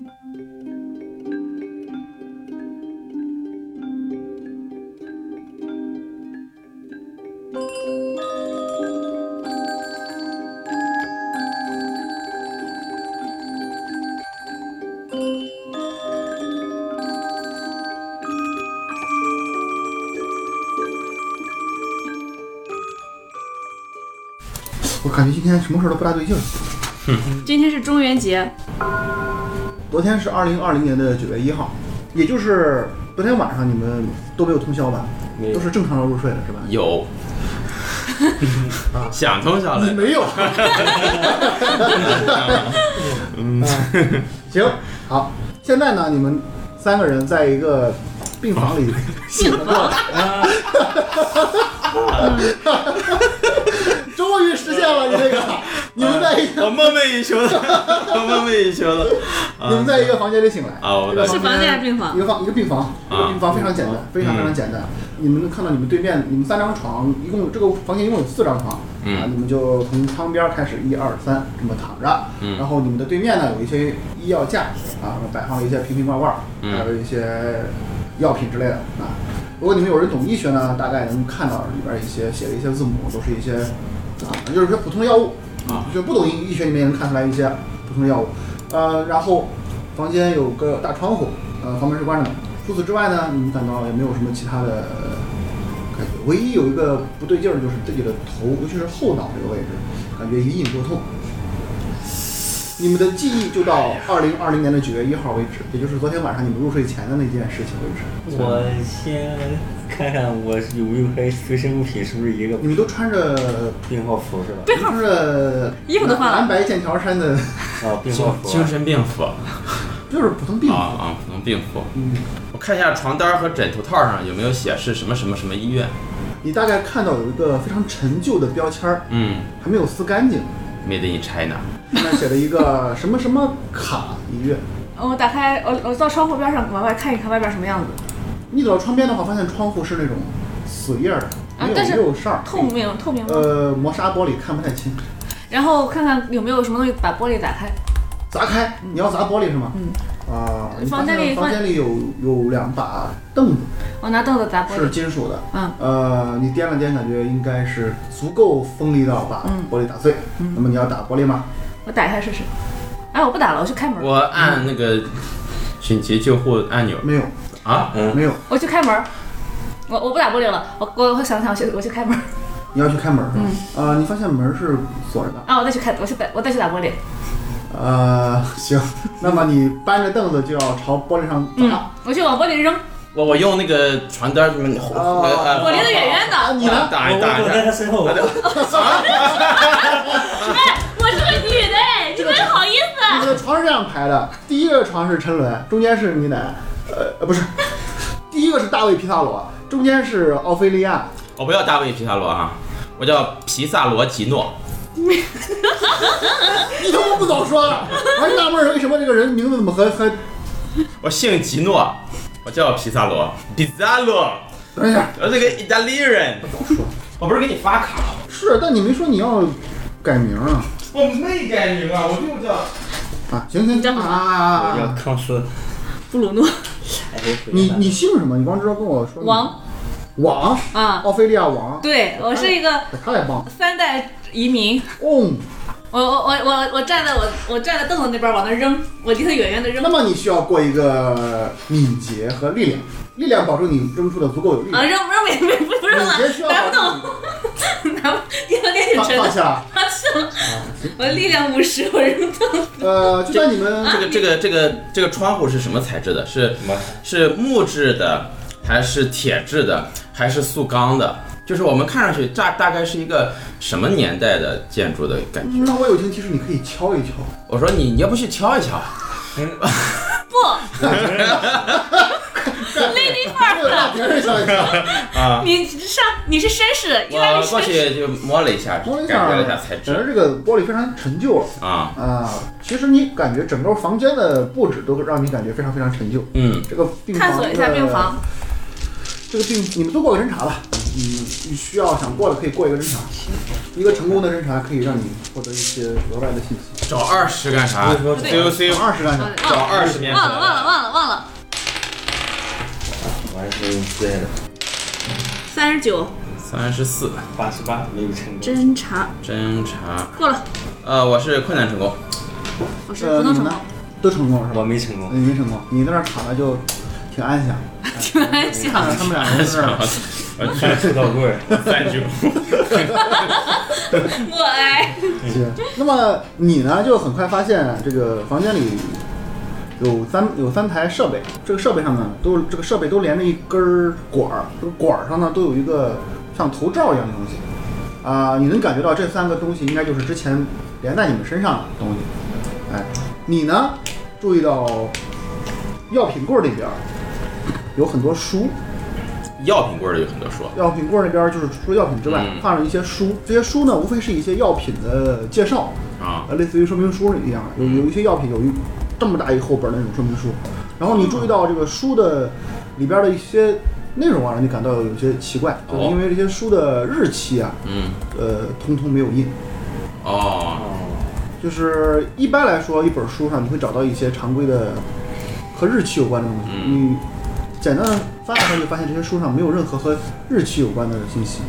我感觉今天什么事都不大对劲。 今天是中元节， 昨天是2020年的9月1号，也就是昨天晚上你们都没有通宵吧？都是正常的入睡了是吧？ 有。想通宵了。 你没有。行，好，现在呢，你们3个人在一个病房里醒了过来。终于实现了你这个，你们在一个我梦寐以求的，我梦寐以求的。 你们在一个房间里醒来啊，我是房间还是病房？ 一个病房，非常简单，非常简单。你们能看到你们对面，你们3张床，一共这个房间一共有4张床，你们就从窗边开始1、2、3这么躺着，然后你们的对面呢有一些医药架摆放了一些瓶瓶罐罐，还有一些药品之类的啊。如果你们有人懂医学呢，大概能看到里边一些写了一些字母，都是一些就是说普通的药物就不懂医学里面也能看出来一些普通的药物。然后房间有个大窗户，房门是关着的。除此之外呢，你们感到也没有什么其他的感觉，唯一有一个不对劲儿就是自己的头，尤其是后脑这个位置，感觉隐隐作痛。你们的记忆就到2020年的9月1号为止，也就是昨天晚上你们入睡前的那件事情为止。 我先看看我有没有和随身物品是不是一个。 你们都穿着病号服是吧？ 病号穿着衣服都换了， 蓝白剑条衫的病号服， 精神病服， 就是普通病服普通病服。我看一下床单和枕头套上有没有写是什么什么什么医院。 你大概看到有一个非常陈旧的标签还没有撕干净。 Made in China。 上面写了一个什么什么卡医院。 我打开，我到窗户边上往外看一看外边什么样子。 你走到窗边的话，发现窗户是那种死页的，没有扇儿， 透明吗？ 磨砂玻璃看不太清。 然后看看有没有什么东西把玻璃打开。 砸开？你要砸玻璃是吗？房间里有2把凳子。 我拿凳子砸玻璃。 是金属的。你掂了掂，感觉应该是足够锋利到把玻璃打碎。那么你要打玻璃吗？ 我打开试试。我不打了，我去开门。 我按那个紧急救护按钮。 没有没有。 我去开门。我不打玻璃了，我想我去开门。 你要去开门是吧？你发现门是锁着的。 我再去打玻璃。 行，那么你搬着凳子就要朝玻璃上砸。 我去往玻璃扔。 我用那个床单我离得远远的。 你呢？ 打一下。 我在他身后。 我是个女的，你们好意思？ 你的床是这样排的，第一个床是沉沦，中间是你奶，不是，第一个是大卫皮萨罗，中间是奥菲利亚。 我不要大卫皮萨罗我叫皮萨罗吉诺。 你他妈不早说，我还纳闷为什么这个人名字怎么和我姓吉诺，我叫皮萨罗。皮萨罗。 等一下， 我是个意大利人。 不早说。 我不是给你发卡了？ 是，但你没说你要改名啊。 我没改名我就叫。 行， 我叫康斯。 布鲁诺。 你姓什么？你光知道跟我说。王奥菲利亚王。 对，我是一个太棒了 ，3代移民。我站在凳子那边往那扔，我离他远远的扔。 那么你需要过一个敏捷和力量保证你扔出的足够有力量。 扔不扔了，拿不动，跌挺沉的。 放下了。 我力量50，我扔凳。 就在你们这个窗户是什么材质的？是木质的，还是铁质的，还是塑钢的？就是我们看上去大概是一个什么年代的建筑的感觉？ 那我有一个提示，你可以敲一敲。 我说你要不去敲一敲？ 不。Lady First， 让别人敲一敲。 你是绅士， 我过去就摸了一下，感觉了一下材质。 整个这个玻璃非常陈旧了其实你感觉整个房间的布置都让你感觉非常非常陈旧。这个病房探索一下病房。 这个你们都过个侦查吧。你需要想过的可以过一个侦查。 一个成功的侦查可以让你获得一些额外的信息。 找20干啥？COC 20干啥？ 找20面。 忘了。 我还是用自爱的。 39。 34。 88没有成功。 侦查过了。 我是困难成功。 我是不能成功。 都成功了是吧？ 我没成功。 你没成功，你在那儿躺着就挺安详。 挺安详。 看着他们俩人在那儿。 看出道棍 3鞠躬。 默哀。 是。那么你呢，就很快发现这个房间里有三台设备，这个设备上呢都连着一根管儿，这个管儿上呢都有一个像头罩一样的东西。你能感觉到这3个东西应该就是之前连在你们身上的东西。哎，你呢注意到药品柜那边有很多书。 药品柜有很多书。 药品柜那边就是除了药品之外，放着一些书。这些书呢，无非是一些药品的介绍类似于说明书一样。有一些药品有这么大一厚本的那种说明书。然后你注意到这个书的里边的一些内容让你感到有些奇怪，就是因为这些书的日期通通没有印。就是一般来说，一本书上你会找到一些常规的和日期有关的东西。你简单的翻开就发现这些书上没有任何和日期有关的信息。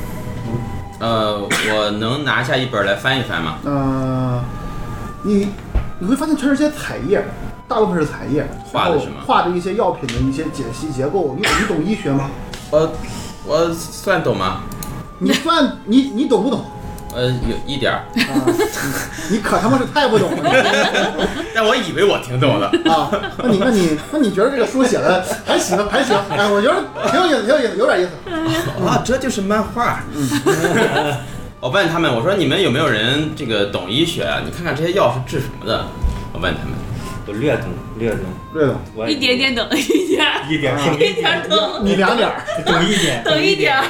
我能拿下一本来翻一翻吗？ 你会发现全是些彩页，大部分是彩页， 画的什么？ 画的一些药品的一些解析结构。你懂医学吗？ 我算懂吗？ 你懂不懂？ 有一点儿。 你可他妈是太不懂了。 但我以为我挺懂的啊。那你觉得这个书写的还行？哎，我觉得挺有意思，有点意思。 这就是漫画。我问他们，我说你们有没有人这个懂医学啊？你看看这些药是治什么的？我问他们。 我略懂， 一点点懂，一点懂， 你2点， 懂一点， 懂一点。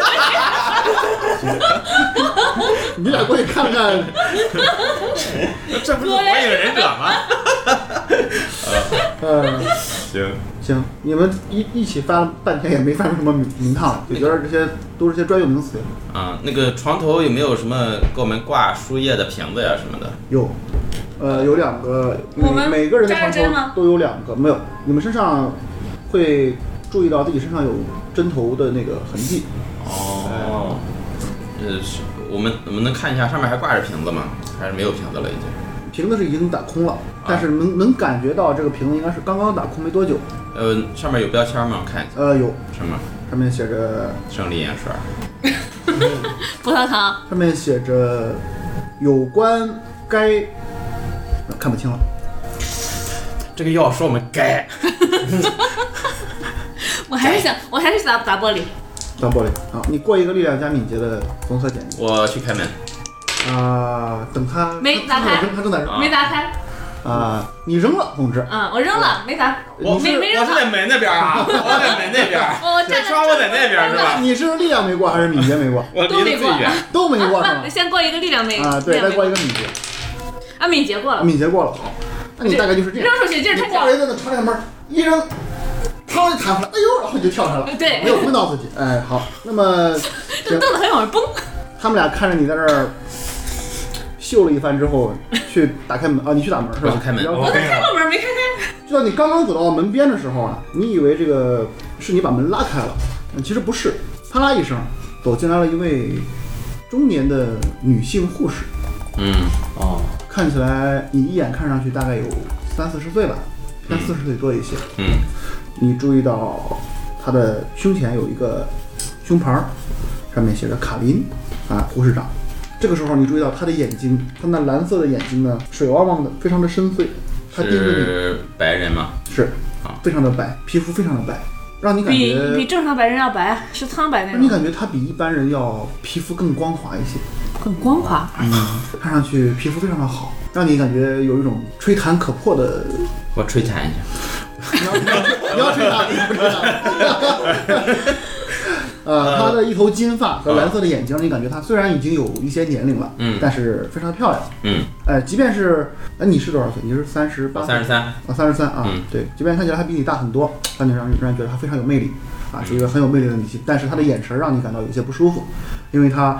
你俩过去看看， 这不是火影忍者吗？ 行，你们一起翻了半天也没翻出什么名堂来，就觉得这些都是些专有名词。 那个床头有没有什么给我们挂输液的瓶子呀什么的？ 有2个，每个人的床头都有2个。没有，你们身上会注意到自己身上有针头的那个痕迹。 我们能看一下上面还挂着瓶子吗？还是没有瓶子了已经？ 瓶子是已经打空了，但是能感觉到这个瓶子应该是刚刚打空没多久。 上面有标签吗？看一下。 有。 什么？ 上面写着生理盐水。 葡萄糖。 上面写着有关该。看不清了。 这个药说我们该。 我还是想砸玻璃。 砸玻璃。好，你过一个力量加敏捷的综合检验。 我去开门。 等他没打开， 他正在扔， 没打开。 你扔了，同志。 我扔了，没砸。 我是在门那边啊，我在门那边。窗户在那边是吧？ 你是力量没过还是敏捷没过？ 我离得最远， 都没过是吧？ 先过一个力量没对，再过一个敏捷。 敏捷过了。 敏捷过了，好。那你大概就是这样。 扔出去劲儿太小。 人在那朝那门一扔，汤就弹回来，哎呦，然后你就跳出来了。 对， 没有碰到自己。好，那么这凳子还往上蹦。 他们俩看着你在那儿秀了一番之后，去打开门你去打门是吧？ 我去开门， 我在开门没开开。 就在你刚刚走到门边的时候你以为这个是你把门拉开了，其实不是。啪啦一声，走进来了一位中年的女性护士。看起来你一眼看上去大概有30-40岁吧，偏40岁多一些。你注意到她的胸前有一个胸牌，上面写着卡琳护士长。这个时候你注意到她的眼睛，她那蓝色的眼睛呢，水汪汪的，非常的深邃。她盯着你。 是白人吗？ 是，非常的白，皮肤非常的白，让你感觉比正常白人要白，是苍白那种。 让你感觉她比一般人要皮肤更光滑一些。 更光滑。 看上去皮肤非常的好，让你感觉有一种吹弹可破的。 我吹弹一下。 你要吹弹，你不吹弹。她的一头金发和蓝色的眼睛，让你感觉她虽然已经有一些年龄了，但是非常的漂亮。即便是你是多少岁？你是38？ 33对，即便看起来她比你大很多，但你让人觉得她非常有魅力是一个很有魅力的女性。但是她的眼神让你感到有些不舒服，因为她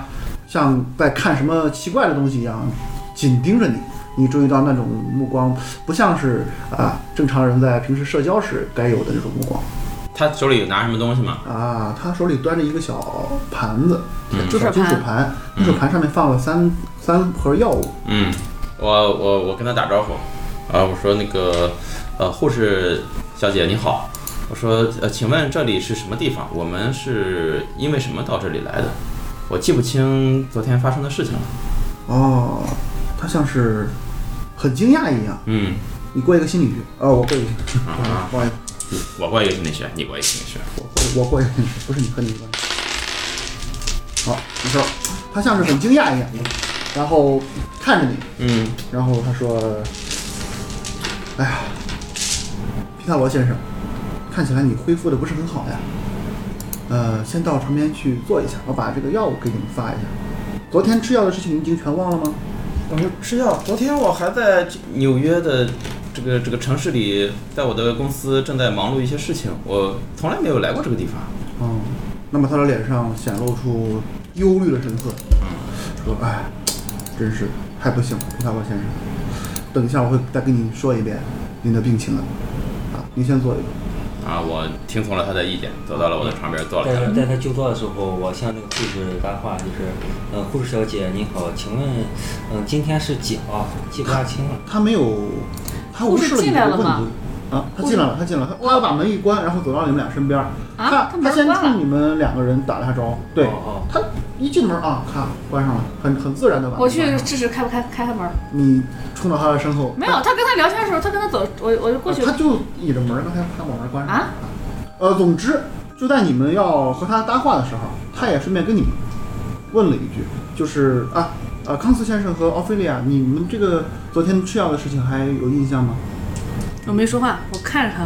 像在看什么奇怪的东西一样，紧盯着你。你注意到那种目光，不像是正常人在平时社交时该有的那种目光。 他手里有拿什么东西吗？ 他手里端着一个小盘子，小金属盘，金属盘上面放了三盒药物。 我跟他打招呼，我说那个护士小姐你好，我说请问这里是什么地方？我们是因为什么到这里来的？我记不清昨天发生的事情了。 他像是很惊讶一样。你过一个心理学。我过一个心理学。不好意思， 我过一个心理学，你过一个心理学。 我过一个心理学，不是你和你关系。好，没事。他像是很惊讶一样，然后看着你。然后他说：“哎呀，皮塔罗先生，看起来你恢复的不是很好呀。先到床边去坐一下，我把这个药物给你们发一下。昨天吃药的事情你已经全忘了吗？” 我说吃药，昨天我还在纽约的这个城市里，在我的公司正在忙碌一些事情，我从来没有来过这个地方。 那么他的脸上显露出忧虑的神色。说：“哎，真是太不幸了，皮塔罗先生。等一下我会再跟你说一遍您的病情了。您先坐一坐。” 我听从了他的意见，走到了我的床边坐了下来。 在他就坐的时候，我向那个护士搭话，就是护士小姐您好，请问今天是几号？记不大清了。 他没有，他无视了你的问题。他进来了，他要把门一关，然后走到你们俩身边。他先冲你们两个人打了下招呼。对，他一进门咔关上了，很自然的把。 我去试试开门。 你冲到他的身后。 没有，他跟他聊天的时候，他跟他走，我就过去。 他就倚着门，刚才把门关上。总之就在你们要和他搭话的时候，他也顺便跟你们问了一句，就是康斯先生和奥菲利亚，你们这个昨天吃药的事情还有印象吗？ 我没说话，我看着他。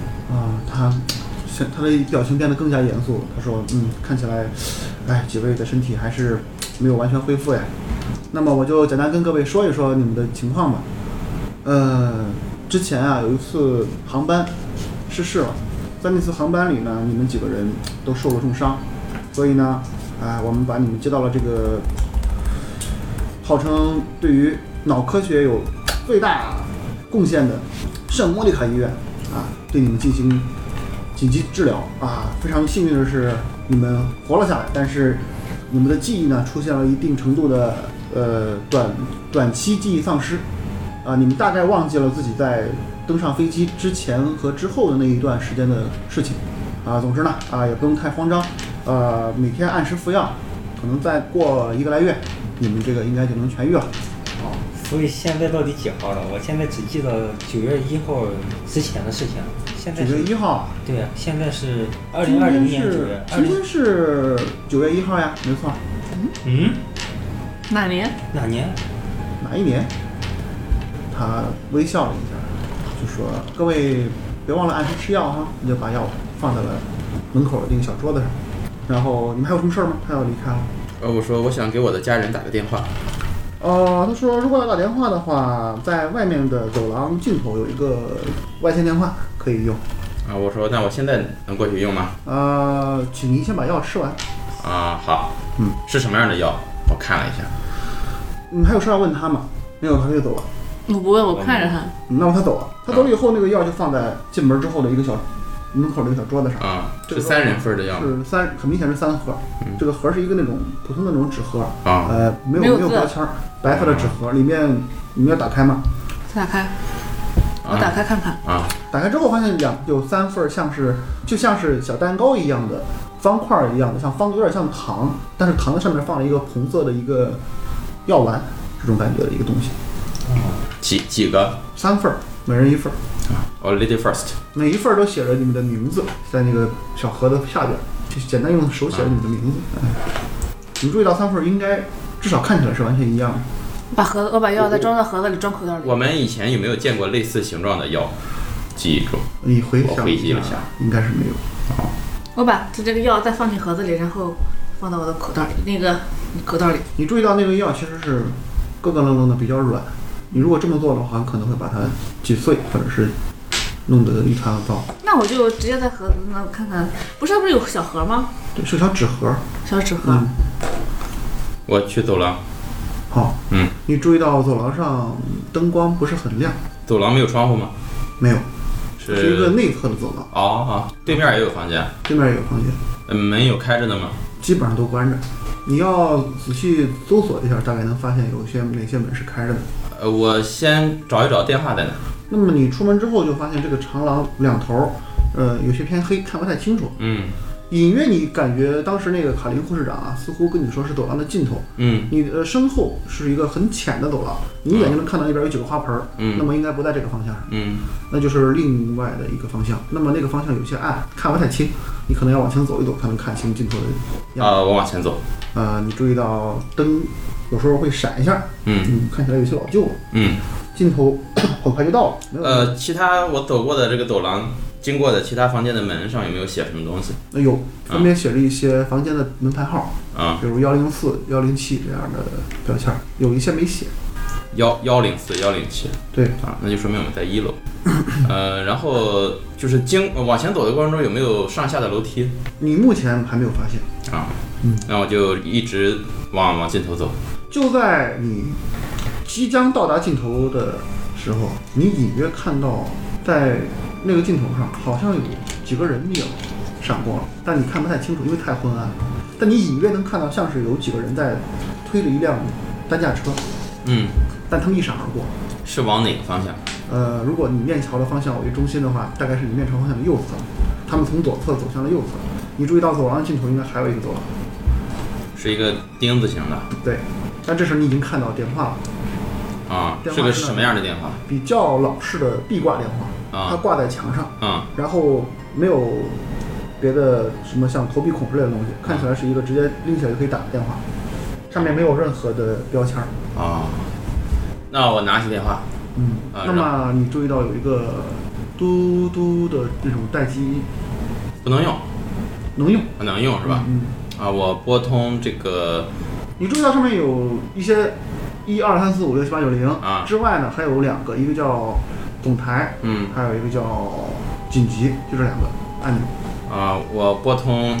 他的表情变得更加严肃。他说：“看起来，几位的身体还是没有完全恢复呀。那么我就简单跟各位说一说你们的情况吧。之前有一次航班失事了，在那次航班里呢，你们几个人都受了重伤，所以呢，我们把你们接到了这个号称对于脑科学有最大贡献的圣莫妮卡医院对你们进行紧急治疗非常幸运的是你们活了下来，但是你们的记忆呢出现了一定程度的短期记忆丧失你们大概忘记了自己在登上飞机之前和之后的那一段时间的事情总之呢也不用太慌张每天按时服药，可能再过1个来月你们这个应该就能痊愈了。 所以现在到底几号了？我现在只记得9月1号之前的事情。现在 9月1号。 对呀，现在是2020年9月。 今天是9月1号呀，没错。 哪年？ 哪一年？他微笑了一下，就说：“各位别忘了按时吃药哈。”你就把药放在了门口的那个小桌子上。然后你们还有什么事吗？他要离开了。 我说我想给我的家人打个电话。 他说如果要打电话的话，在外面的走廊尽头有一个外线电话可以用。 我说那我现在能过去用吗？ 请您先把药吃完。 好。是什么样的药？我看了一下。 还有事要问他吗？没有，他就走了。 我不问，我看着他。 那么他走了。他走了以后，那个药就放在进门之后的一个小门口的一个小桌子上。 是3人份的药。 很明显是3盒。这个盒是一个那种普通的那种纸盒。没有标签，白色的纸盒，里面你们要打开吗？ 打开。我打开看看。 打开之后发现有3份就像是小蛋糕一样的方块一样的，有点像糖，但是糖的上面放了一个红色的一个药丸，这种感觉的一个东西。 几个 ？3份，每人1份。 Lady first。 每一份都写着你们的名字，在那个小盒子下边，就简单用手写了你们的名字。你们注意到3份应该至少看起来是完全一样的。 我把药再装到盒子里，装口袋里。 我们以前有没有见过类似形状的药？记忆中， 我回忆了一下， 应该是没有。 我把这个药再放进盒子里，然后放到我的口袋里，那个口袋里。 你注意到那个药其实是咯咯楞楞的，比较软。你如果这么做的话，可能会把它挤碎，或者是弄得一团糟。 那我就直接在盒子那看看，它不是有小盒吗？ 对，是小纸盒。 小纸盒。 我去走廊。 好，你注意到走廊上灯光不是很亮。 走廊没有窗户吗？ 没有，是一个内侧的走廊。 对面也有房间。 对面也有房间。 门有开着的吗？ 基本上都关着。你要仔细搜索一下，大概能发现哪些门是开着的。 我先找一找电话在哪。 那么你出门之后就发现这个长廊两头，有些偏黑，看不太清楚。隐约你感觉当时那个卡琳护士长啊，似乎跟你说是走廊的尽头。你的身后是一个很浅的走廊，你眼睛能看到那边有几个花盆。那么应该不在这个方向上。那就是另外的一个方向。那么那个方向有些暗，看不太清，你可能要往前走一走才能看清尽头的样子。 我往前走。 你注意到灯有时候会闪一下。看起来有些老旧了。尽头很快就到了。 其他我走过的这个走廊。经过的其他房间的门上有没有写什么东西？ 有，分别写着一些房间的门牌号， 比如104、107这样的标签，有一些没写。 104、107， 对那就说明我们在1楼。然后就是往前走的过程中有没有上下的楼梯？ 你目前还没有发现。 那我就一直往尽头走。 就在你即将到达尽头的时候，你隐约看到在那个镜头上好像有几个人影闪光，但你看不太清楚，因为太昏暗了。但你隐约能看到像是有几个人在推着一辆担架车。但他们一闪而过。 是往哪个方向？ 如果你面朝的方向为中心的话，大概是你面朝方向的右侧。他们从左侧走向了右侧。你注意到走廊尽头应该还有一个走廊， 是一个丁字形的。 对，但这时你已经看到电话了。 是个什么样的电话？ 比较老式的壁挂电话。它挂在墙上，然后没有别的什么像投币孔之类的东西，看起来是一个直接拎起来就可以打的电话，上面没有任何的标签。 那我拿起电话。 那么你注意到有一个嘟嘟的那种待机， 不能用， 能用， 能用是吧？我拨通这个。 你注意到上面有一些1、2、3、4、5、6、7、8、9、0之外呢，还有2个，一个叫总台，还有一个叫紧急，就这2个按钮。 我拨通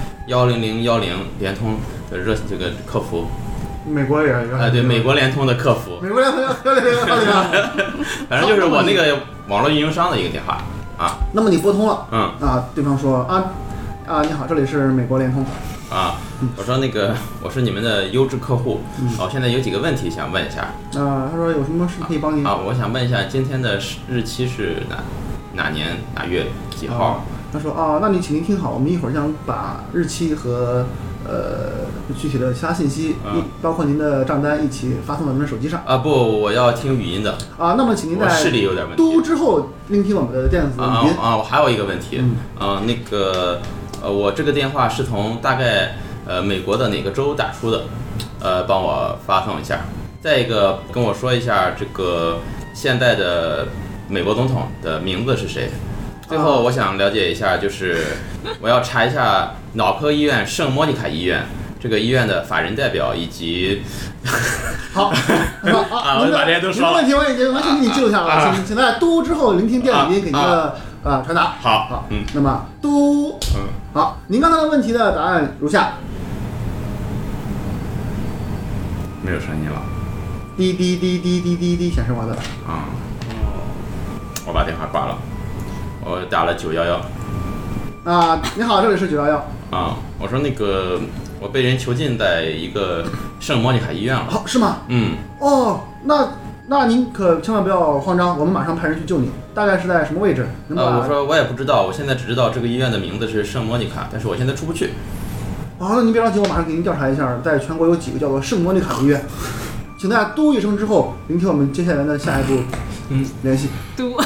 10010联通的这个客服。 美国也对，美国联通的客服。 美国联通10010。 反正就是我那个网络运营商的一个电话。 那么你拨通了。对方说你好，这里是美国联通。 我说我是你们的优质客户。现在有几个问题想问一下。 他说有什么事可以帮您？ 我想问一下今天的日期是哪年哪月几号？ 他说那你请您听好，我们一会儿将把日期和具体的其他信息，包括您的账单一起发送到您的手机上。 不，我要听语音的。 那么请您在视力有点问题。 嘟之后聆听我们的电子语音。 我还有一个问题。我这个电话是从大概美国的哪个州打出的？帮我发送一下。再一个跟我说一下这个现在的美国总统的名字是谁？最后我想了解一下，就是我要查一下脑科医院圣莫妮卡医院这个医院的法人代表以及好， 我把这些都说了。 问题我已经完全给你记录下来了，请在嘟之后聆听电子音给您的传达。 好， 那么嘟，好，您刚才的问题的答案如下。 没有声音了。 滴滴滴滴滴滴滴显示完了。 我把电话挂了。我打了911。 你好，这里是911。 我说我被人囚禁在一个圣莫妮卡医院了。 是吗？那您可千万不要慌张，我们马上派人去救你。大概是在什么位置？ 我说我也不知道，我现在只知道这个医院的名字是圣莫妮卡，但是我现在出不去。 那您别着急，我马上给您调查一下，在全国有几个叫做圣莫妮卡的医院。请大家嘟一声之后，聆听我们接下来的下一步联系。 嘟。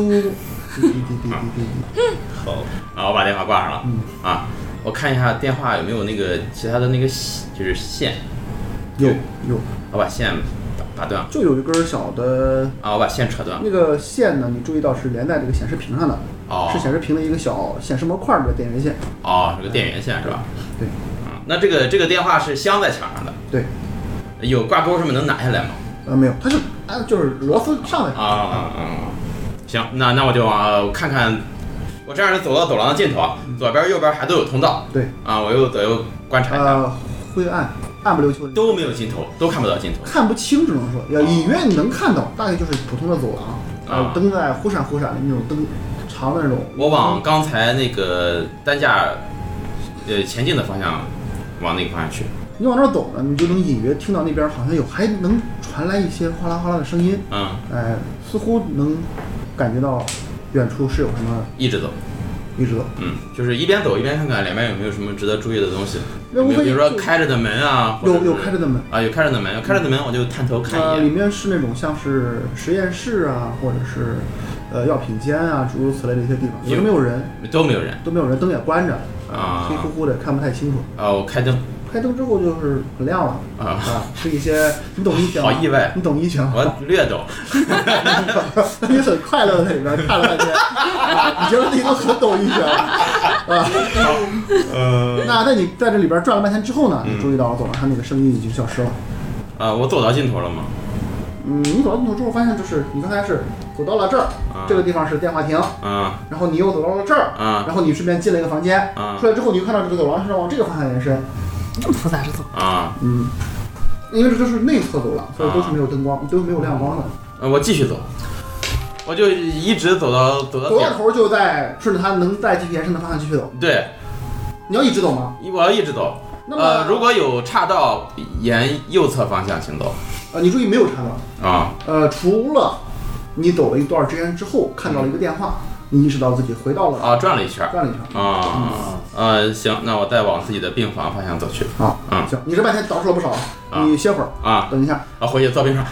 好，我把电话挂上了。我看一下电话有没有其他的就是线。 有。 我把线打断了。 就有一根小的。 我把线扯断了。 那个线呢，你注意到是连在这个显示屏上的。是显示屏的一个小显示模块的电源线。 是个电源线是吧？ 对。 那这个电话是镶在墙上的。 对。 有挂钩什么能拿下来吗？ 没有，它就是螺丝上的。 行，那我就看看，我这样走到走廊的尽头，左边右边还都有通道。 对。 我又左右观察一下。 灰暗， 暗不溜秋的， 都没有尽头，都看不到尽头， 看不清，只能说，隐约你能看到，大概就是普通的走廊，灯在忽闪忽闪的那种灯，长的那种。 我往刚才那个担架前进的方向，往那个方向去。 你往那儿走呢，你就能隐约听到那边好像还能传来一些哗啦哗啦的声音，似乎能感觉到远处是有什么。 一直走，就是一边走一边看看两边有没有什么值得注意的东西，比如说开着的门啊， 有开着的门啊，有开着的门，开着的门我就探头看一眼， 里面是那种像是实验室啊，或者是药品间啊，诸如此类的一些地方，有没有人？ 都没有人，灯也关着黑乎乎的，看不太清楚。 我开灯之后就是很亮了是一些你懂医学吗？ 好意外， 你懂医学吗？ 我略懂。 你很快乐的在里边看了半天你觉得自己都很懂医学了那你在这里边转了半天之后呢，你注意到走廊上那个声音已经消失了。 我走到尽头了吗？ 你走到尽头之后发现就是你刚才是走到了这儿，这个地方是电话亭，然后你又走到了这儿，然后你顺便进了一个房间，出来之后你就看到这个走廊是往这个方向延伸。 这么复杂是走因为这就是内侧走廊，所以都是没有灯光，都没有亮光的。 我继续走，我就一直走到头，就在顺着它能再继续延伸的方向继续走。 对， 你要一直走吗？ 我要一直走。如果有岔道，沿右侧方向行走。 你注意没有岔道除了你走了一段时间之后看到了一个电话。你意识到自己回到了转了一圈行，那我再往自己的病房方向走去。 行，你这半天倒出了不少，你歇会儿等一下， 回去坐病床，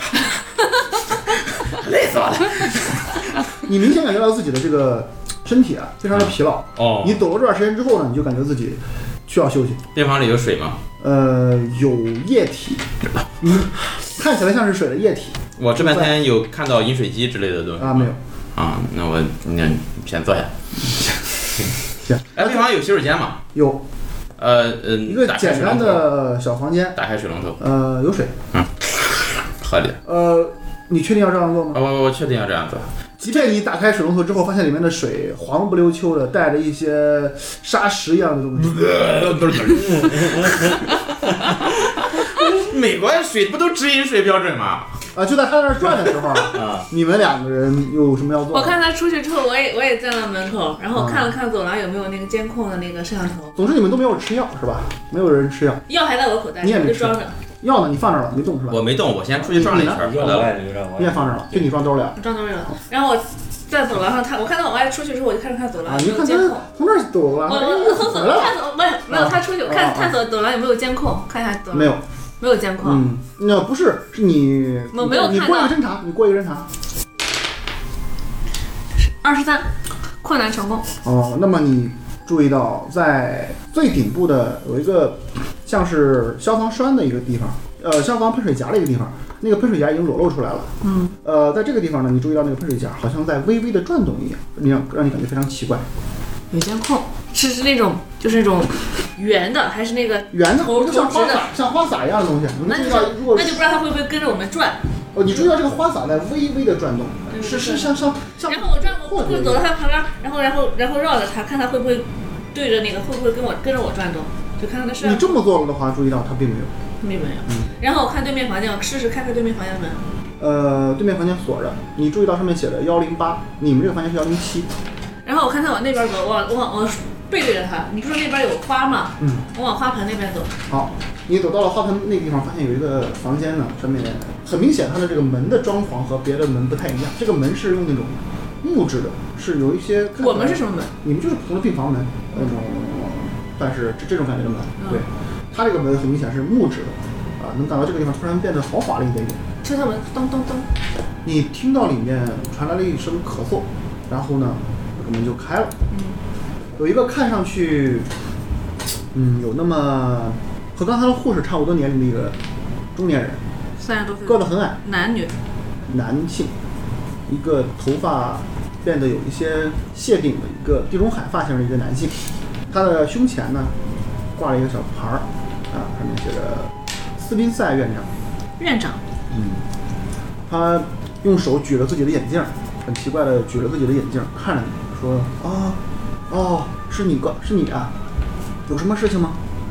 累死我了。 你明显感觉到自己的这个身体非常的疲劳。你走了这段时间之后呢，你就感觉自己需要休息。 病房里有水吗？ 有液体，看起来像是水的液体。 我这半天有看到饮水机之类的东西没有。 那我先坐下。 行。 病房有洗手间吗？ 有。一个简单的小房间。 打开水龙头。 有水。 合理。 你确定要这样做吗？ 我确定要这样做。 即便你打开水龙头之后，发现里面的水黄不溜秋的，带着一些沙石一样的东西。 美国水不都直饮水标准吗？ 就在他那儿转的时候你们两个人有什么要做的？ 我看他出去之后，我也站在门口，然后看了看走廊有没有那个监控的那个摄像头。 总之你们都没有吃药是吧？没有人吃药。 药还在我口袋， 你也没吃。 就装着。 药呢？你放这儿了，没动是吧？ 我没动，我先出去转了一圈， 你也放这儿了，就你装兜里了。 装兜里了。然后我在走廊上，我看到我外出去之后，我就开始看走廊有没有监控。 从那儿走了。 我从走廊看走，没有他出去，我看走廊有没有监控，看一下走廊。没有监控。 那不是你， 我没有看到。 你过一个侦查，你过一个侦查。 23，困难成功。 那么你注意到在最顶部的有一个像是消防栓的一个地方，消防喷水夹的一个地方，那个喷水夹已经裸露出来了。在这个地方呢，你注意到那个喷水夹好像在微微的转动一样，让你感觉非常奇怪。 有监控，是那种就是那种圆的，还是那个圆的， 头像直的， 像花洒一样的东西。 那就不知道它会不会跟着我们转。 你注意到这个花洒在微微的转动，是像。 然后我转过，就走到它旁边，然后绕着它，看它会不会对着那个，会不会跟着我转动，就看它的摄像。 你这么做了的话，注意到它并没有。 然后我看对面房间，我试试开对面房间门。 对面房间锁着，你注意到上面写着108，你们这个房间是107。 然后我看他往那边走，我背对着他。你不是说那边有花吗？我往花盆那边走。 好，你走到了花盆那个地方，发现有一个房间呢，上面很明显它的这个门的装潢和别的门不太一样。这个门是用那种木质的，是有一些。 我们是什么门？ 你们就是普通的病房门那种，但是这种感觉的门，对，它这个门很明显是木质的能感到这个地方突然变得豪华了一点点。 敲敲门，咚咚咚。 你听到里面传来了一声咳嗽，然后呢？这个门就开了。有一个看上去，有那么和刚才的护士差不多年龄的一个中年人 ，30多岁， 个子很矮， 男女， 男性，一个头发变得有一些谢顶的一个地中海发型的一个男性，他的胸前呢挂了一个小牌儿，上面写着斯宾塞院长。 院长。 他用手举了自己的眼镜，很奇怪的举了自己的眼镜，看着你说：“是你啊，有什么事情吗？”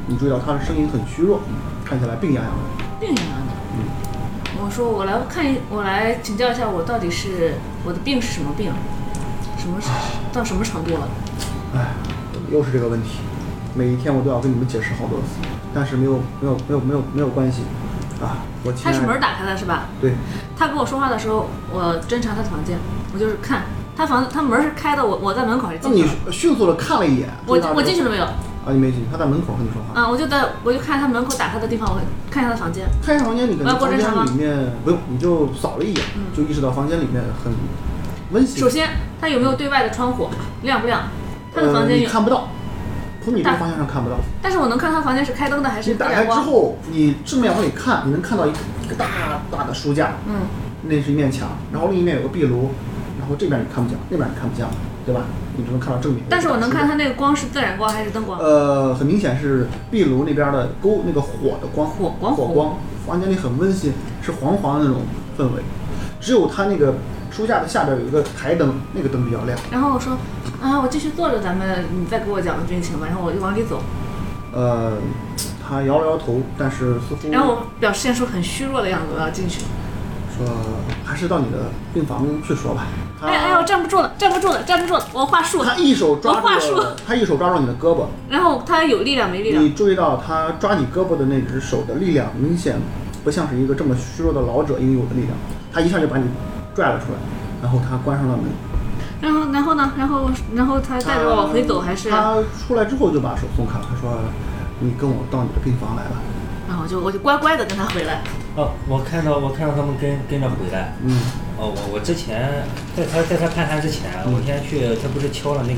你注意到他的声音很虚弱，看起来病怏怏的。 病怏怏的。我说我来请教一下，我的病是什么病？到什么程度了？ 哎，又是这个问题，每一天我都要跟你们解释好多次，但是没有关系啊。 他是门打开的是吧？ 对。 他跟我说话的时候，我侦查他的房间，我就是看他门是开的，我在门口还是进去了？ 那你迅速的看了一眼， 我进去了没有？ 啊，你没进去，他在门口和你说话。 啊，我就看他门口打开的地方，我看一下他的房间。 看一下房间，你可能房间里面不用，你就扫了一眼，就意识到房间里面很温馨。 首先，他有没有对外的窗户，亮不亮？他的房间你看不到，从你这个方向上看不到。 但是我能看他房间是开灯的还是你打开之后，你正面往里看，你能看到一个大大的书架，那是一面墙，然后另一面有个壁炉，然后这边你看不见，那边你看不见，对吧？你只能看到正面。 但是我能看它那个光是自然光还是灯光？ 很明显是壁炉那边的那个火的光，火光。房间里很温馨，是黄黄的那种氛围。只有它那个书架的下边有一个台灯，那个灯比较亮。 然后我说啊，我继续坐着，你再给我讲军情吧。然后我就往里走。 他摇了摇头，但是似乎。 然后我表现出很虚弱的样子，我要进去。 说还是到你的病房去说吧。 我站不住了，我话术。 他一手抓住你的胳膊， 然后他有力量没力量？ 你注意到他抓你胳膊的那只手的力量明显不像是一个这么虚弱的老者应有的力量，他一下就把你拽了出来，然后他关上了门。 然后呢？然后他带着我往回走还是？ 他出来之后就把手松开了，他说：“你跟我到你的病房来吧。” 然后我就乖乖的跟他回来。 我看到他们跟着回来。我之前在他探探之前，我先去，他不是敲了那个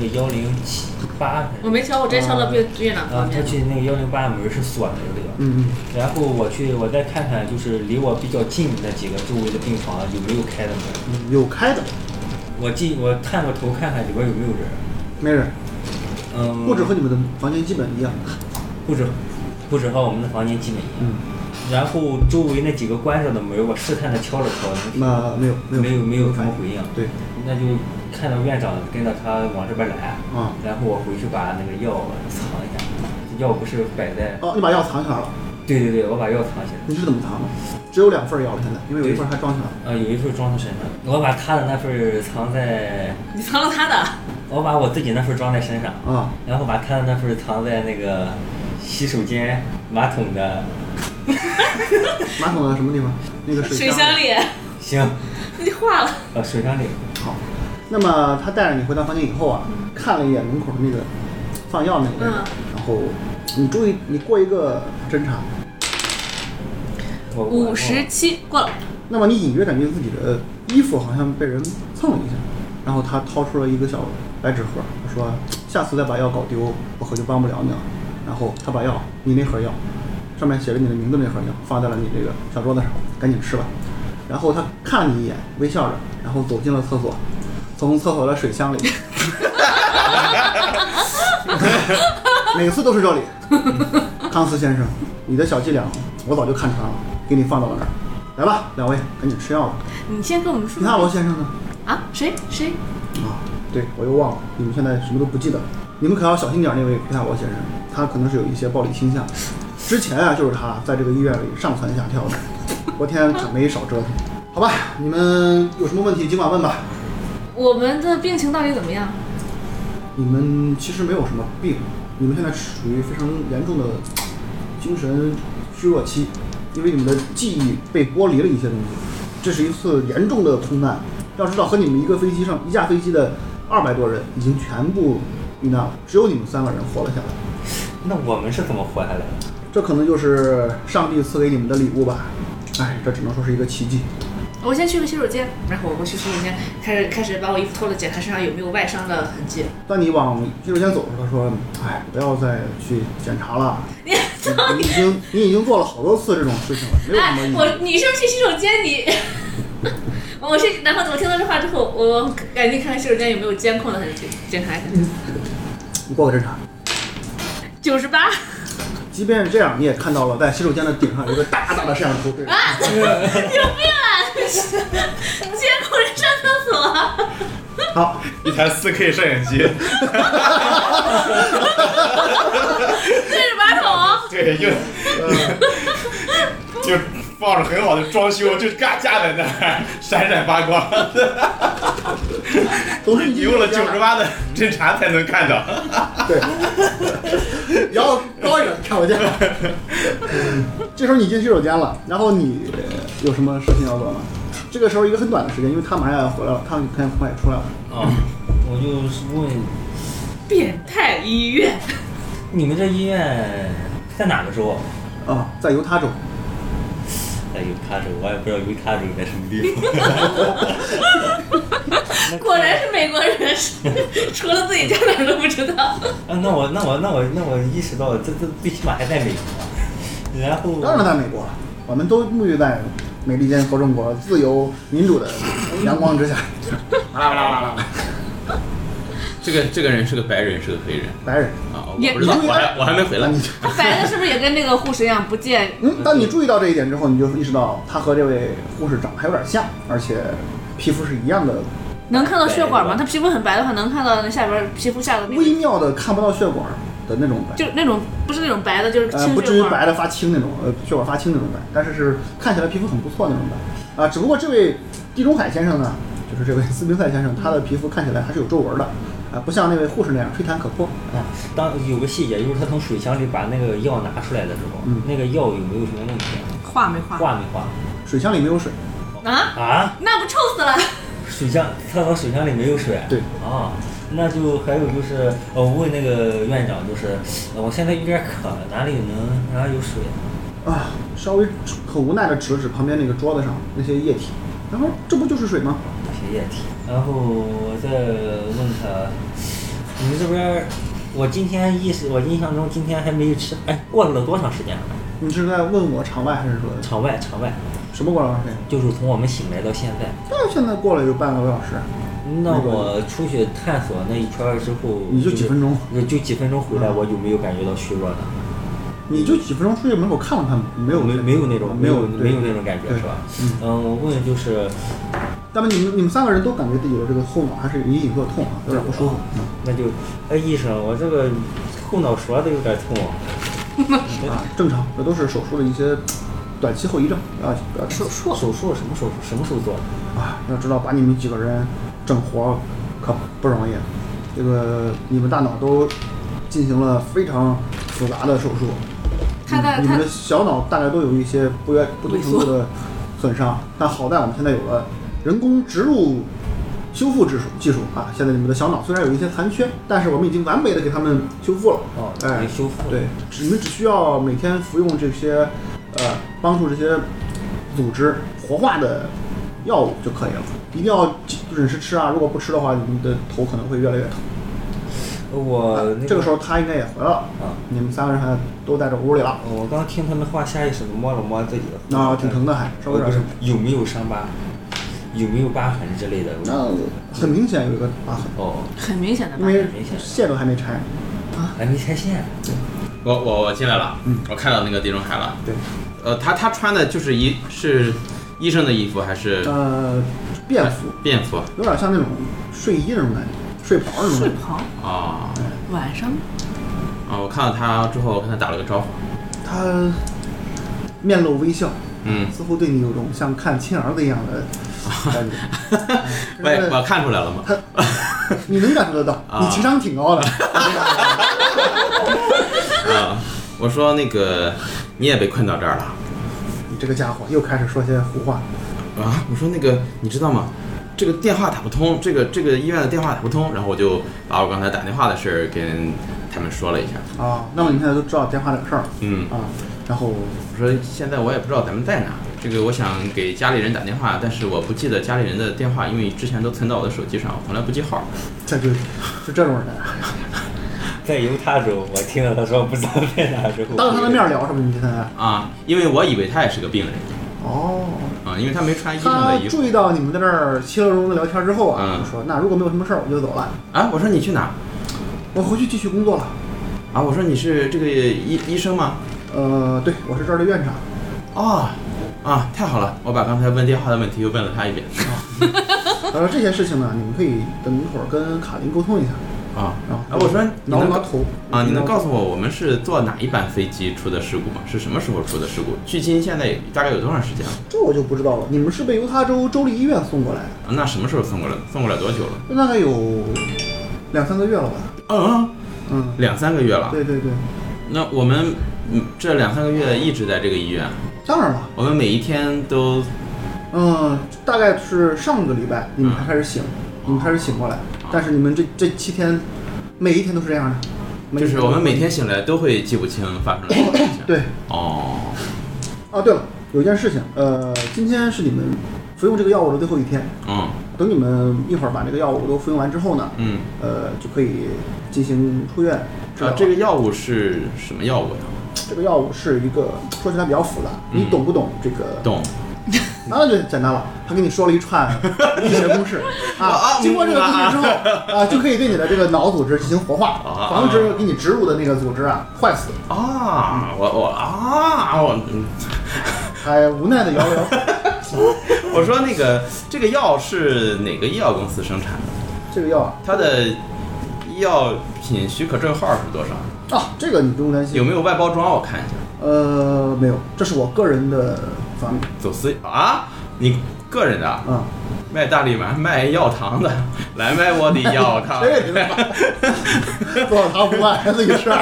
108？ 我没敲，我直接敲了越南方面。 他去那个108门是锁着的。然后我再看看，就是离我比较近的几个周围的病房有没有开的门。 有开的。 我探过头看看里边有没有人。 没人。布置和你们的房间基本一样。 布置和我们的房间基本一样。然后周围那几个关着的门，我试探的敲了敲，没有什么回应。 对， 那就看到院长跟着他往这边来。然后我回去把那个药藏一下，药不是摆在。 你把药藏起来了。 对，我把药藏起来。 你是怎么藏的？只有2份药了，现在，因为有一份还装起来了。 有一份装在身上。我把他的那份藏在。 你藏了他的？ 我把我自己那份装在身上。然后把他的那份藏在那个洗手间马桶的。 马桶的什么地方？那个水箱里。 行。 你化了。 水箱里。 好。那么他带着你回到房间以后看了一眼门口的那个放药那个人，然后你注意，你过一个侦查。 57过了。 那么你隐约感觉自己的衣服好像被人蹭了一下，然后他掏出了一个小白纸盒，他说：“下次再把药搞丢，我可就帮不了你了。”然后他把药，你那盒药，上面写着你的名字那盒药，放在了你这个小桌子上，赶紧吃吧。然后他看了你一眼，微笑着，然后走进了厕所，从厕所的水箱里，每次都是这里。康斯先生，你的小伎俩我早就看穿了，给你放到了那儿。来吧，2位，赶紧吃药吧。 你先跟我们说。 皮塔罗先生呢？ 谁？ 对，我又忘了，你们现在什么都不记得了。你们可要小心点，那位皮塔罗先生，他可能是有一些暴力倾向。之前就是他在这个医院里上蹿下跳的，昨天可没少折腾。好吧，你们有什么问题尽管问吧。 我们的病情到底怎么样？ 你们其实没有什么病，你们现在属于非常严重的精神虚弱期，因为你们的记忆被剥离了一些东西，这是一次严重的空难。要知道，和你们一架飞机的200多人已经全部遇难了，只有你们3个人活了下来。 那我们是怎么活下来的？ 这可能就是上帝赐给你们的礼物吧。这只能说是一个奇迹。 我先去个洗手间，然后我去洗手间开始把我衣服脱了，检查身上有没有外伤的痕迹。 当你往洗手间走的时候，他说：“不要再去检查了。你已经做了好多次这种事情了，没有什么意义。” 你是不是去洗手间？然后我听到这话之后，我赶紧看看洗手间有没有监控的痕迹，检查一下。 你过个侦查。 98。 即便是这样，你也看到了，在洗手间的顶上有一个大大的摄像头。 有病啊！监控人上厕所。 好， 一台4K 摄影机。 对着马桶筒。 对，就放着很好的装修，就架在那儿闪闪发光， 都是用了98的侦查才能看到。 对，摇高一点看不见。这时候你进洗手间了，然后你有什么事情要做吗？这个时候一个很短的时间，因为他马上要回来了，他们看快出来了。 啊，我就是问， 变态医院， 你们这医院在哪个州？ 啊，在犹他州。 在犹他州，我也不知道犹他州在什么地方。 果然是美国人，除了自己家哪儿都不知道。 啊，那我意识到这最起码还在美国。然后当然在美国，我们都沐浴在美利坚合众国自由民主的阳光之下。 这个人是个白人，是个黑人？ 白人啊，我不知道，我还没回来。 他白的是不是也跟那个护士一样不见？ 当你注意到这一点之后，你就意识到他和这位护士长得还有点像，而且皮肤是一样的。 能看到血管吗？他皮肤很白的话，能看到那下边皮肤下的那微妙的看不到血管的那种白， 就那种不是那种白的，就是青血管， 不至于白的发青那种，血管发青那种白，但是看起来皮肤很不错那种白啊。只不过这位地中海先生呢，就是这位斯宾塞先生，他的皮肤看起来还是有皱纹的啊，不像那位护士那样吹弹可破啊。当有个细节就是他从水箱里把那个药拿出来的时候，那个药有没有什么问题啊？ 化没化？ 化没化？ 水箱里没有水啊？那不臭死了？ 水箱，他说水箱里没有水。 对啊，那就还有就是，我问那个院长，就是我现在有点渴，哪里有水啊？稍微很无奈的指了指旁边那个桌子上那些液体，然后这不就是水吗？ 那些液体。然后我再问他，你们这边，我印象中今天还没有吃，哎，过了多长时间了？ 你是在问我场外还是说场外？ 什么过了多长时间？ 就是从我们醒来到现在。 那现在过了有半个多小时。 那我出去探索那一圈之后， 你就几分钟？ 就几分钟回来，我有没有感觉到虚弱呢？ 你就几分钟出去门口看了看，没有那种感觉是吧？我问就是， 那么你们3个人都感觉自己的这个后脑还是隐隐作痛啊，有点不舒服。 那就，医生，我这个后脑勺都有点痛啊，正常，这都是手术的一些短期后遗症啊。 手术什么时候做的？ 啊，要知道把你们几个人整活可不容易，这个你们大脑都进行了非常复杂的手术。你们的小脑大概都有一些不同程度的损伤，但好在我们现在有了人工植入修复技术啊！现在你们的小脑虽然有一些残缺，但是我们已经完美的给他们修复了。 修复。 对，你们只需要每天服用这些帮助这些组织活化的药物就可以了，一定要准时吃啊！如果不吃的话，你们的头可能会越来越疼。这个时候他应该也回来了啊！你们3个人还都在这屋里了。 我刚听他们话，下意识摸了摸自己的， 啊，挺疼的，还稍微有点。 有没有伤疤？有没有疤痕之类的？ 那很明显有一个疤痕。 哦， 很明显的疤痕，因为线都还没拆。 啊，还没拆线。 对。 我进来了，我看到那个地中海了。 对。 他穿的就是是医生的衣服还是？ 便服。 便服。 有点像那种睡衣那种感觉。睡袍那种。 睡袍啊， 晚上。 啊，我看到他之后，我跟他打了个招呼。 他面露微笑，似乎对你有种像看亲儿子一样的感觉。 我看出来了吗？ 你能感受得到，你情商挺高的。 啊，我说那个你也被困到这儿了。 你这个家伙又开始说些胡话。 啊，我说那个你知道吗？这个电话打不通，这个医院的电话打不通，然后我就把我刚才打电话的事儿跟他们说了一下。 啊，那么你现在都知道电话这个事儿了。然后我说现在我也不知道咱们在哪，这个我想给家里人打电话，但是我不记得家里人的电话，因为之前都存到我的手机上，我从来不记号。 这就这种人。 在犹他州，我听了他说不知道在哪之后。 当着他的面聊什么？你现在？ 啊，因为我以为他也是个病人。 哦。 因为他没穿医生的衣服。 他注意到你们在这儿其乐融融的聊天之后啊，说那如果没有什么事儿，我就走了。 啊，我说你去哪？ 我回去继续工作了。 啊，我说你是这个医生吗？ 对，我是这儿的院长。 哦，啊，太好了，我把刚才问电话的问题又问了他一遍。 这些事情呢，你们可以等一会儿跟卡琳沟通一下。 啊。 然后我说你能头啊，你能告诉我们是坐哪一班飞机出的事故吗？是什么时候出的事故？距今现在大概有多长时间了？ 这我就不知道了。你们是被犹他州州立医院送过来的？ 那什么时候送过来？送过来多久了？ 大概有2-3个月了吧？ 2-3个月了。 对。 那我们这2-3个月一直在这个医院？ 当然了， 我们每一天都。 大概是上个礼拜你们才开始醒，过来，但是你们这7天，每一天都是这样的。 就是我们每天醒来都会记不清发生了什么事情。 对。对了，有一件事情，今天是你们服用这个药物的最后一天。等你们一会儿把这个药物都服用完之后呢，就可以进行出院治疗。 这个药物是什么药物呀？ 这个药物是一个说起来比较复杂，你懂不懂这个？ 懂。 那就简单了，他给你说了一串医学公式经过这个公式之后就可以对你的这个脑组织进行活化，防止给你植入的那个组织坏死。还无奈的摇了摇。 我说这个药是哪个医药公司生产的？ 这个药它的医药品许可证号是多少？ 这个你不用担心。 有没有外包装？我看一下。 没有，这是我个人的发明。 走私啊？你个人的？卖大力丸、卖药糖的，来卖我的药糖。 做糖不卖，自己吃。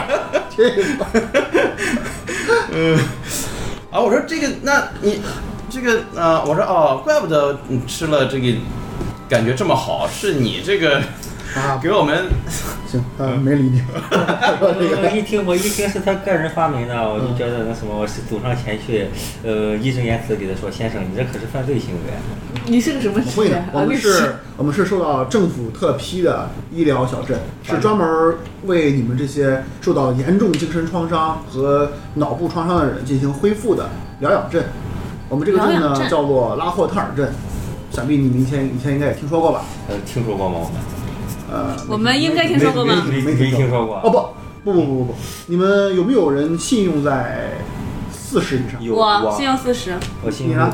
我说这个，那你这个我说怪不得你吃了这个感觉这么好，是你这个给我们。 行，没理你。 我一听是他个人发明的，我就觉得那什么，我是走上前去，义正言辞地给他说：“先生，你这可是犯罪行为。” 你是个什么职业？ 我们是受到政府特批的医疗小镇，是专门为你们这些受到严重精神创伤和脑部创伤的人进行恢复的疗养镇。我们这个镇呢叫做拉霍特尔镇，想必你们以前应该也听说过吧？ 听说过吗？ 我们应该听说过吗？ 没听说过。 不，你们有没有人信用在40以上？ 我信用40。 我信用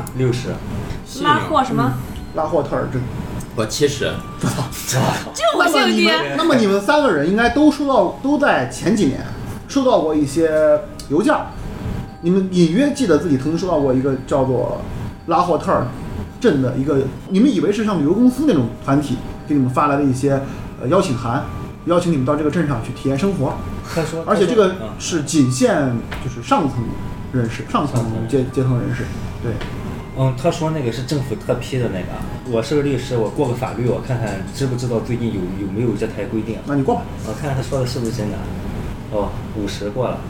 60。 拉霍什么？ 拉霍特尔镇。 我70。 就我信用低。 那么你们3个人应该都在前几年收到过一些邮件，你们隐约记得自己曾经收到过一个叫做拉霍特尔镇的一个，你们以为是像旅游公司那种团体给你们发来的一些邀请函，邀请你们到这个镇上去体验生活。而且这个是仅限就是上层人士、上层阶层人士。对。 他说那个是政府特批的那个。我是个律师，我过个法律，我看看知不知道最近有没有这台规定。 那你过吧。 我看看他说的是不是真的。50过了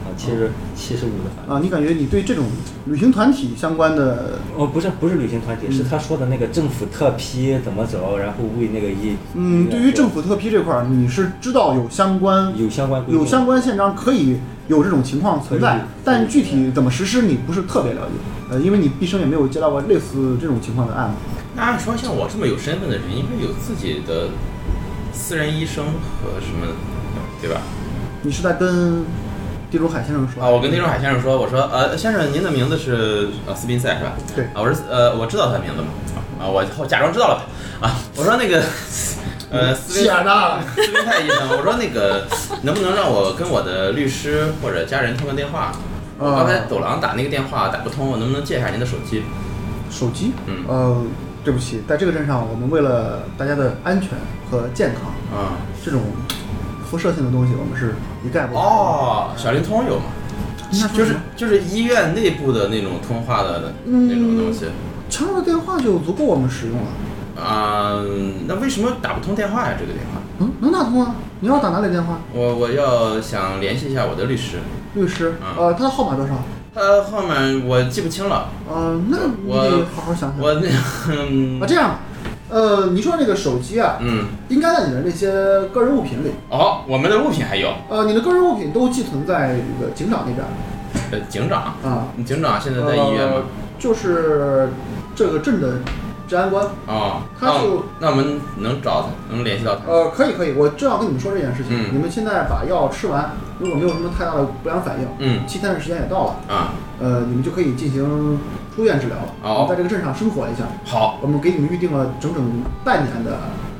75的。 你感觉你对这种旅行团体相关的？ 不是旅行团体，是他说的那个政府特批怎么走，然后为那个对于政府特批这块，你是知道有相关宪章可以有这种情况存在，但具体怎么实施你不是特别了解。因为你毕生也没有接到过类似这种情况的案子。 那按说像我这么有身份的人，应该有自己的私人医生和什么，对吧？ 你是在跟地中海先生说？ 我跟地中海先生说，我说先生，您的名字是斯宾塞是吧？ 对。 我说我知道他的名字嘛。我假装知道了吧。我说那个斯宾塞医生，我说那个能不能让我跟我的律师或者家人通个电话？我刚才走廊打那个电话打不通，我能不能借一下您的手机？ 手机？对不起，在这个镇上，我们为了大家的安全和健康这种辐射性的东西我们是一概不小灵通有吗？就是医院内部的那种通话的那种东西。 常用的电话就足够我们使用了。 那为什么打不通电话呀？这个电话？ 能打通啊。你要打哪里电话？ 我要想联系一下我的律师。 律师？他的号码多少？ 他号码我记不清了。 那你得好好想想。这样。你说那个手机啊，应该在你的那些个人物品里。 我们的物品还有。 你的个人物品都寄存在这个警长那边。 警长？警长现在在医院吗？ 就是这个镇的治安官。 那我们能联系到他？ 可以，我正要跟你们说这件事情。你们现在把药吃完，如果没有什么太大的不良反应，7天的时间也到了。你们就可以进行出院治疗了。在这个镇上生活一下。 好， 我们给你们预定了整整半年的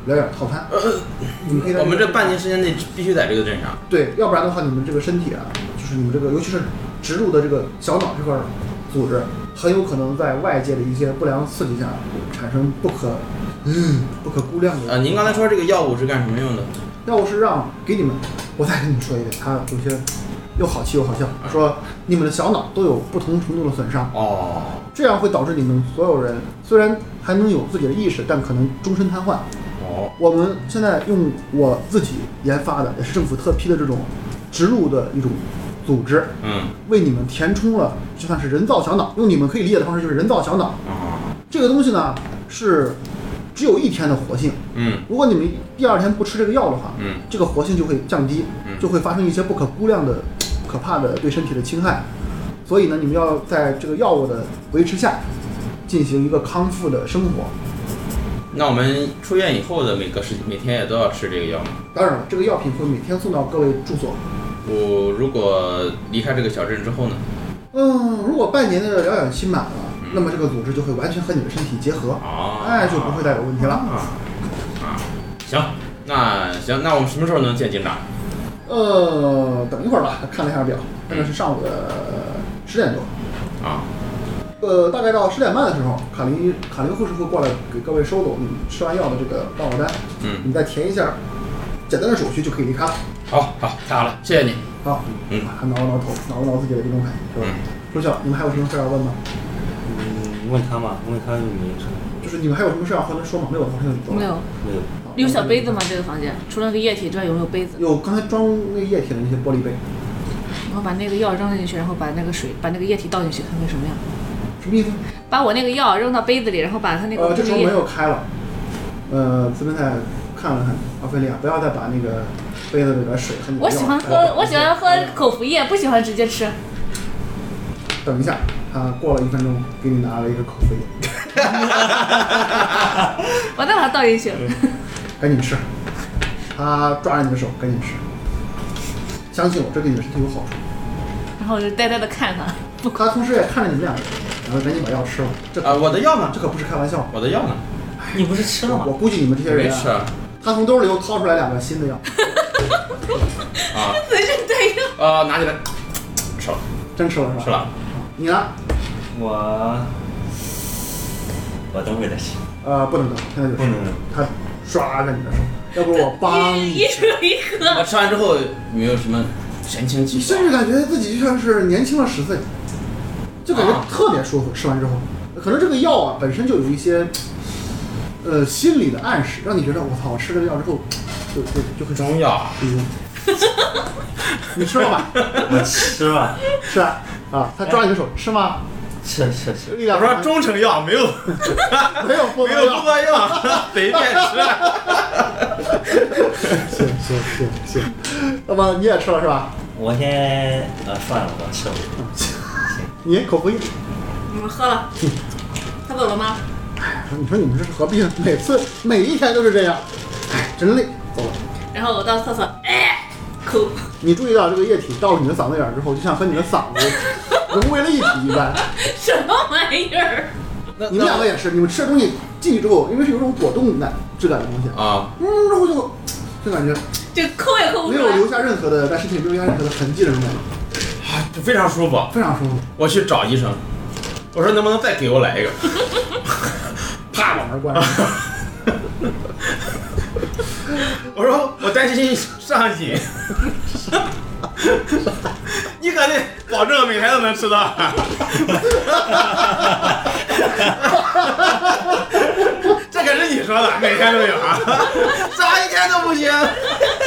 疗养套餐。你们可以在我们这半年时间内必须在这个镇上。 对，要不然的话，你们这个身体啊，就是你们这个，尤其是植入的这个小脑这块组织，很有可能在外界的一些不良刺激下产生不可估量的。 您刚才说这个药物是干什么用的？ 药物是让给你们，我再跟你们说一遍，它有些又好气又好笑，说你们的小脑都有不同程度的损伤，这样会导致你们所有人虽然还能有自己的意识，但可能终身瘫痪。我们现在用我自己研发的，也是政府特批的这种植入的一种组织，为你们填充了，就算是人造小脑，用你们可以理解的方式就是人造小脑。这个东西呢是只有1天的活性，如果你们第2天不吃这个药的话，这个活性就会降低，就会发生一些不可估量的、可怕的对身体的侵害。所以呢，你们要在这个药物的维持下，进行一个康复的生活。 那我们出院以后的每天也都要吃这个药吗？ 当然了，这个药品会每天送到各位住所。 我如果离开这个小镇之后呢？ 如果半年的疗养期满了，那么这个组织就会完全和你的身体结合，就不会再有问题了。 行，那我们什么时候能见警长？ 等一会儿吧，看了一下表，现在是上午的10点多。大概到10点半的时候，卡林护士会过来给各位收走你吃完药的这个报告单，你再填一下简单的手续就可以离开了。 好，太好了，谢谢你。 好，还挠挠头，挠自己的地中海，是吧？周校，你们还有什么事要问吗？ 问他嘛，问他有没有什么？ 就是你们还有什么事要和他说吗？没有的话，就走了。 没有。有小杯子吗？这个房间除了那个液体之外，有没有杯子？ 有，刚才装那个液体的那些玻璃杯。 然后把那个药扔进去，然后把那个液体倒进去，看看什么样。 什么意思？ 把我那个药扔到杯子里，然后把它那个这时候没有开了。斯宾泰看了看奥菲利亚，不要再把那个杯子里的水和你的药。 我喜欢喝口服液，不喜欢直接吃。 等一下，他过了1分钟，给你拿了一个口服液。 我再把它倒进去。 赶紧吃。他抓着你的手，赶紧吃。相信我，这对你的身体有好处。 然后我就呆呆的看他。 他同时也看着你们2个，然后赶紧把药吃了。 我的药呢？ 这可不是开玩笑。 我的药呢？ 你不是吃了吗？ 我估计你们这些人没吃。 他从兜里又掏出来2个新的药。 随身带药。 拿起来，吃了。 真吃了是吧？ 吃了。 你呢？ 我等会再吃。 不能等，现在就吃。 不能。 他抓着你的手，要不我帮你。 一手一颗。 我吃完之后有没有什么神清气爽？ 甚至感觉自己就像是年轻了10岁，就感觉特别舒服。吃完之后，可能这个药啊本身就有一些心理的暗示，让你觉得我操，我吃这个药之后就会中药。 你吃了吗？ 我吃了。 是啊，他抓你的手吃吗？ 吃。 我说中成药没有不喝药，随便吃。 行，那么你也吃了是吧？ 我先算了，我吃了。 你口服液？ 喝了。他走了吗？ 你说你们这是何必呢？每一天都是这样，真累。走了。 然后我到厕所，哭。 你注意到这个液体到了你的嗓子眼之后，就像和你的嗓子融为了一体一般。 什么玩意儿？ 你们2个也是，你们吃的东西进去之后，因为是有种果冻感质感的东西然后就感觉就抠也抠不出来， 没有留下任何的在身体留下任何的痕迹的那种感觉， 就非常舒服， 非常舒服。 我去找医生，我说能不能再给我来一个？ 啪，把门关上。 我说我担心上瘾。你可得保证每天都能吃到。这可是你说的，每天都有啊，少一天都不行。